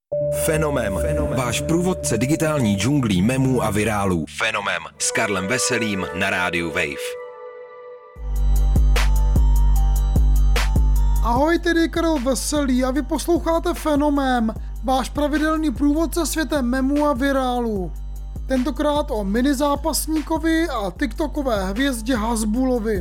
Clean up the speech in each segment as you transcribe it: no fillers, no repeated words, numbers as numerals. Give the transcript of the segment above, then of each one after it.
Fenomem. Váš průvodce digitální džunglí memů a virálů. Fenomem s Karlem Veselým na rádiu Wave. Ahoj, tady Karel Veselý a vy posloucháte Fenomem, váš pravidelný průvodce světem memů a virálů. Tentokrát o minizápasníkovi a tiktokové hvězdě Hasbulovi.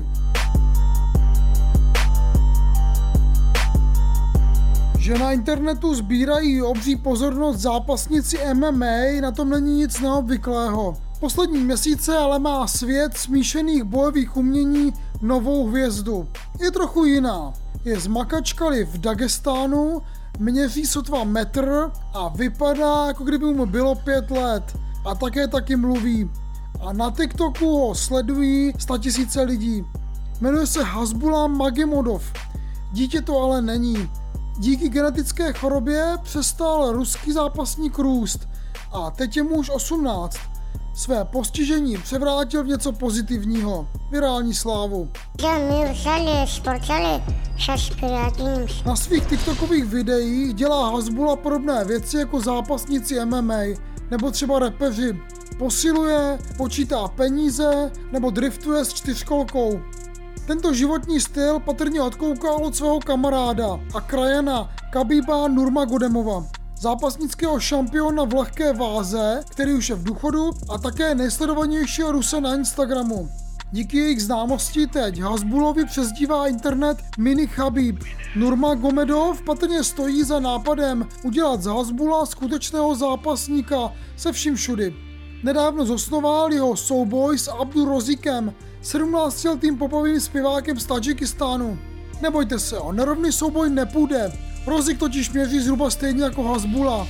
Že na internetu sbírají obří pozornost zápasníci MMA, na tom není nic neobvyklého. Poslední měsíce ale má svět smíšených bojových umění novou hvězdu. Je trochu jiná. Je z Makačkaly v Dagestánu, měří sotva metr a vypadá, jako kdyby mu bylo 5 let. A také taky mluví. A na TikToku ho sledují 100 000 lidí. Jmenuje se Hasbulam Magomedov. Dítě to ale není. Díky genetické chorobě přestal ruský zápasník růst a teď je mu už 18. Své postižení převrátil v něco pozitivního. Virální slávu. Na svých tiktokových videích dělá Hasbula podobné věci jako zápasníci MMA nebo třeba rapeři. Posiluje, počítá peníze nebo driftuje s 4kolkou. Tento životní styl patrně odkoukal od svého kamaráda a krajana Khabíba Nurmagomedova, zápasnického šampiona v lehké váze, který už je v důchodu a také nejsledovanějšího Ruse na Instagramu. Díky jejich známosti teď Hasbulovi přezdívá internet Mini Khabíb. Nurmagomedov patrně stojí za nápadem udělat z Hasbula skutečného zápasníka se vším všudy. Nedávno zosnoval jeho souboj s Abdul Rozíkem, 17letým popovým zpěvákem z Tadžikistánu. Nebojte se, o nerovný souboj nepůjde. Rozik totiž měří zhruba stejně jako Hasbula.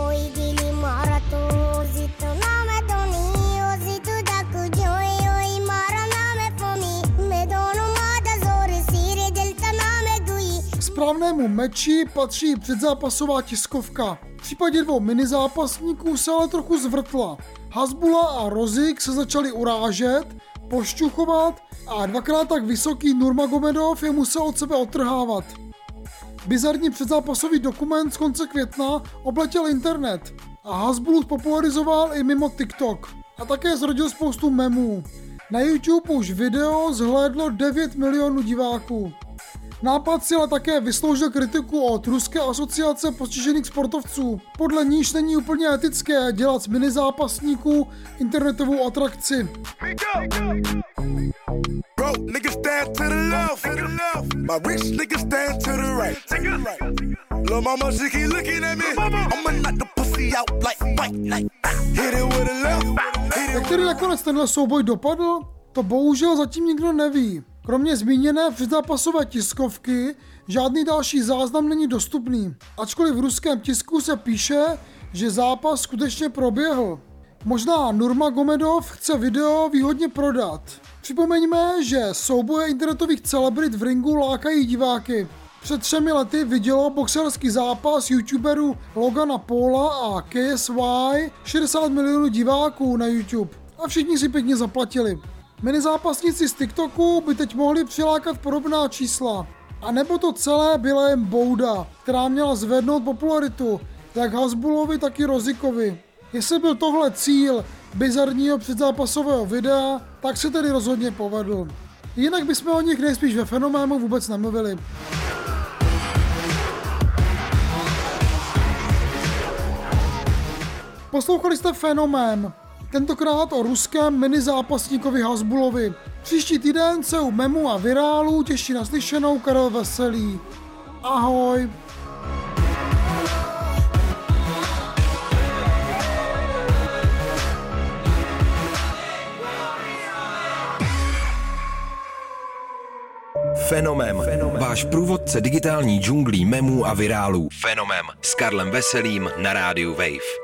K správnému meči patří předzápasová tiskovka. V případě dvou minizápasníků se ale trochu zvrtla. Hasbula a Rozik se začali urážet, pošťuchovat a dvakrát tak vysoký Nurmagomedov je musel od sebe odtrhávat. Bizarní předzápasový dokument z konce května obletěl internet a Hasbulu popularizoval i mimo TikTok a také zrodil spoustu memů. Na YouTube už video zhlédlo 9 milionů diváků. Nápad si ale také vysloužil kritiku od Ruské asociace postižených sportovců. Podle níž není úplně etické dělat z minizápasníků internetovou atrakci. Jak tedy nakonec tenhle souboj dopadl? To bohužel zatím nikdo neví. Kromě zmíněné předzápasové tiskovky žádný další záznam není dostupný, ačkoliv v ruském tisku se píše, že zápas skutečně proběhl. Možná Nurmagomedov chce video výhodně prodat. Připomeňme, že souboje internetových celebrit v ringu lákají diváky. Před 3 lety vidělo boxerský zápas youtuberů Logana Paula a KSY 60 milionů diváků na YouTube a všichni si pěkně zaplatili. Minizápasníci z TikToku by teď mohli přilákat podobná čísla. A nebo to celé byla jen bouda, která měla zvednout popularitu, jak Hasbulovi, tak i Rozikovi. Jestli byl tohle cíl bizarního předzápasového videa, tak se tedy rozhodně povedl. Jinak bychom o nich nejspíš ve Fenoménu vůbec nemluvili. Poslouchali jste Fenomén. Tentokrát o ruském minizápasníkovi Hasbulovi. Příští týden se u memů a virálů těší na slyšenou Karel Veselý. Ahoj! Fenomem. Váš průvodce digitální džunglí memů a virálů. Fenomem s Karlem Veselým na rádiu Wave.